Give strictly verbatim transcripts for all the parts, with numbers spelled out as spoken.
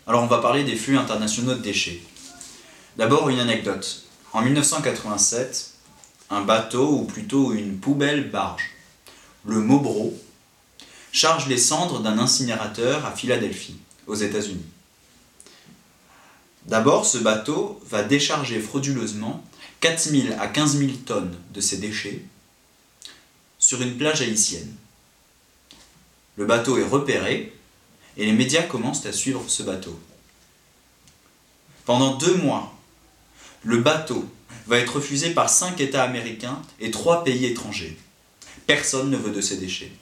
Alors on va parler des flux internationaux de déchets. D'abord une anecdote. En mille neuf cent quatre-vingt-sept, un bateau, ou plutôt une poubelle-barge, le Mobro, charge les cendres d'un incinérateur à Philadelphie, aux États-Unis. D'abord, ce bateau va décharger frauduleusement quatre mille à quinze mille tonnes de ces déchets sur une plage haïtienne. Le bateau est repéré et les médias commencent à suivre ce bateau. Pendant deux mois, le bateau va être refusé par cinq États américains et trois pays étrangers. Personne ne veut de ces déchets.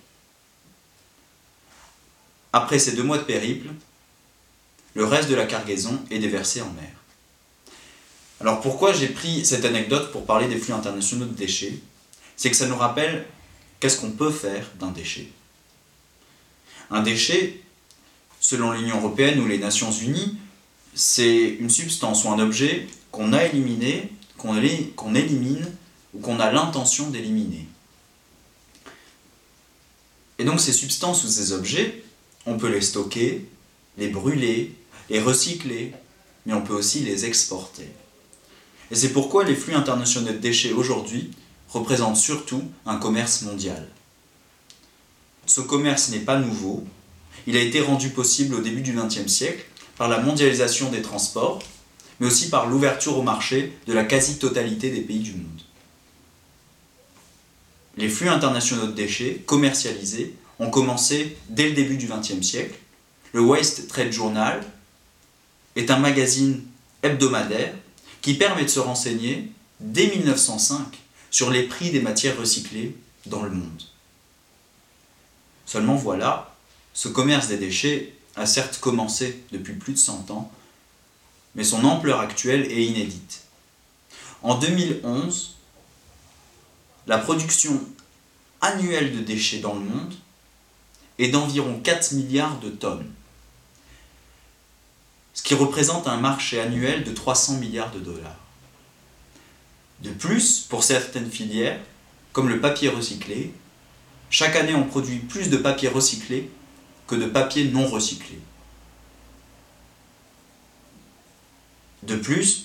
Après ces deux mois de périple, le reste de la cargaison est déversé en mer. Alors pourquoi j'ai pris cette anecdote pour parler des flux internationaux de déchets? C'est que ça nous rappelle qu'est-ce qu'on peut faire d'un déchet. Un déchet, selon l'Union européenne ou les Nations unies, c'est une substance ou un objet qu'on a éliminé, qu'on élimine ou qu'on a l'intention d'éliminer. Et donc ces substances ou ces objets, on peut les stocker, les brûler, les recycler, mais on peut aussi les exporter. Et c'est pourquoi les flux internationaux de déchets aujourd'hui représentent surtout un commerce mondial. Ce commerce n'est pas nouveau, il a été rendu possible au début du vingtième siècle par la mondialisation des transports, mais aussi par l'ouverture au marché de la quasi-totalité des pays du monde. Les flux internationaux de déchets commercialisés ont commencé dès le début du vingtième siècle. Le Waste Trade Journal est un magazine hebdomadaire qui permet de se renseigner dès mille neuf cent cinq sur les prix des matières recyclées dans le monde. Seulement voilà, ce commerce des déchets a certes commencé depuis plus de cent ans, mais son ampleur actuelle est inédite. En deux mille onze, la production annuelle de déchets dans le monde est d'environ quatre milliards de tonnes, ce qui représente un marché annuel de trois cents milliards de dollars. De plus, pour certaines filières, comme le papier recyclé, chaque année on produit plus de papier recyclé que de papier non recyclé. De plus,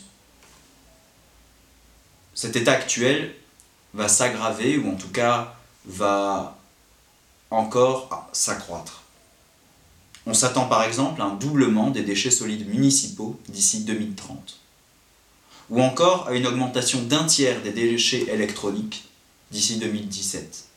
cet état actuel va s'aggraver, ou en tout cas va encore s'accroître. On s'attend par exemple à un doublement des déchets solides municipaux d'ici deux mille trente, ou encore à une augmentation d'un tiers des déchets électroniques d'ici deux mille dix-sept.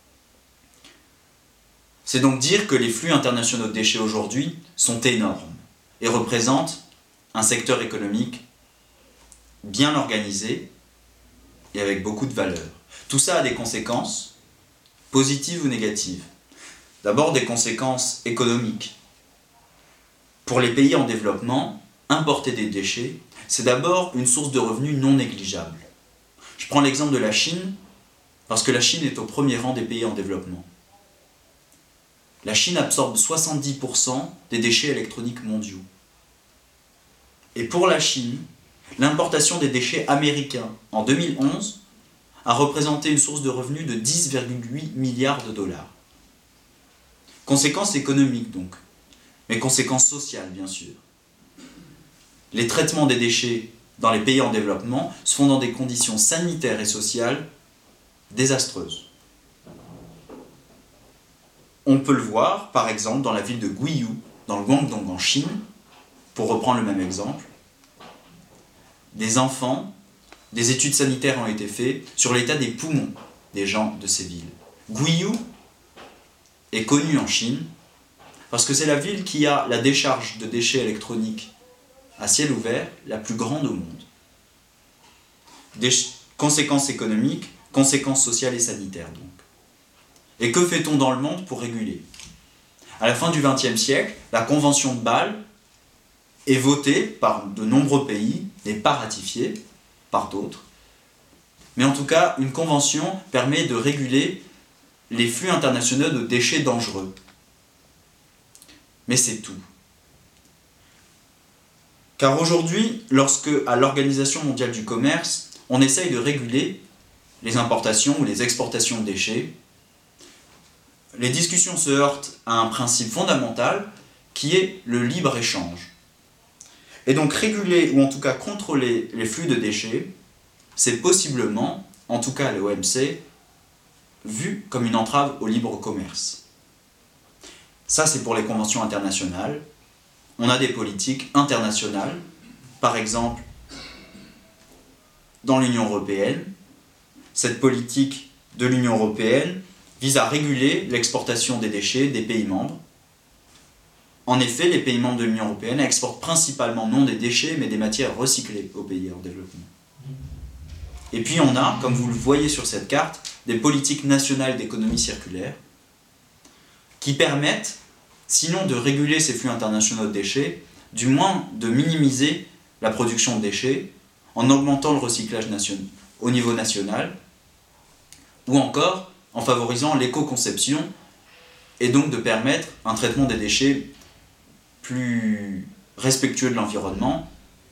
C'est donc dire que les flux internationaux de déchets aujourd'hui sont énormes et représentent un secteur économique bien organisé et avec beaucoup de valeur. Tout ça a des conséquences, positives ou négatives. D'abord des conséquences économiques. Pour les pays en développement, importer des déchets, c'est d'abord une source de revenus non négligeable. Je prends l'exemple de la Chine, parce que la Chine est au premier rang des pays en développement. La Chine absorbe soixante-dix pour cent des déchets électroniques mondiaux. Et pour la Chine, l'importation des déchets américains en deux mille onze a représenté une source de revenus de dix virgule huit milliards de dollars. Conséquences économiques donc, mais conséquences sociales bien sûr. Les traitements des déchets dans les pays en développement se font dans des conditions sanitaires et sociales désastreuses. On peut le voir par exemple dans la ville de Guiyou, dans le Guangdong en Chine, pour reprendre le même exemple. Des enfants, des études sanitaires ont été faites sur l'état des poumons des gens de ces villes. Guiyou est connue en Chine parce que c'est la ville qui a la décharge de déchets électroniques à ciel ouvert la plus grande au monde. Des conséquences économiques, conséquences sociales et sanitaires donc. Et que fait-on dans le monde pour réguler? À la fin du vingtième siècle, la Convention de Bâle est votée par de nombreux pays, n'est pas ratifiée par d'autres, mais en tout cas, une convention permet de réguler les flux internationaux de déchets dangereux. Mais c'est tout. Car aujourd'hui, lorsque, à l'Organisation mondiale du commerce, on essaye de réguler les importations ou les exportations de déchets, les discussions se heurtent à un principe fondamental qui est le libre-échange. Et donc réguler, ou en tout cas contrôler les flux de déchets, c'est possiblement, en tout cas à l'O M C, vu comme une entrave au libre commerce. Ça, c'est pour les conventions internationales. On a des politiques internationales, par exemple, dans l'Union européenne. Cette politique de l'Union européenne vise à réguler l'exportation des déchets des pays membres. En effet, les pays membres de l'Union européenne exportent principalement non des déchets, mais des matières recyclées aux pays en développement. Et puis on a, comme vous le voyez sur cette carte, des politiques nationales d'économie circulaire qui permettent, sinon de réguler ces flux internationaux de déchets, du moins de minimiser la production de déchets en augmentant le recyclage national, au niveau national, ou encore en favorisant l'éco-conception et donc de permettre un traitement des déchets plus respectueux de l'environnement.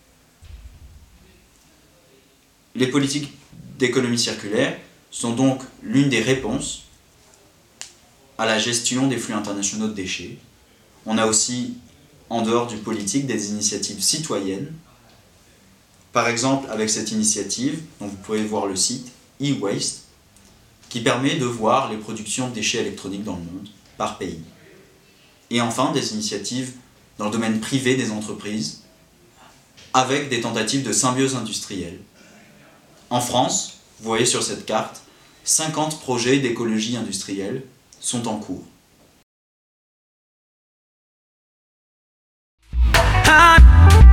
Les politiques d'économie circulaire sont donc l'une des réponses à la gestion des flux internationaux de déchets. On a aussi, en dehors du politique, des initiatives citoyennes. Par exemple, avec cette initiative, dont vous pouvez voir le site, e-waste, qui permet de voir les productions de déchets électroniques dans le monde, par pays. Et enfin, des initiatives dans le domaine privé des entreprises, avec des tentatives de symbiose industrielle. En France, vous voyez sur cette carte, cinquante projets d'écologie industrielle sont en cours. Ah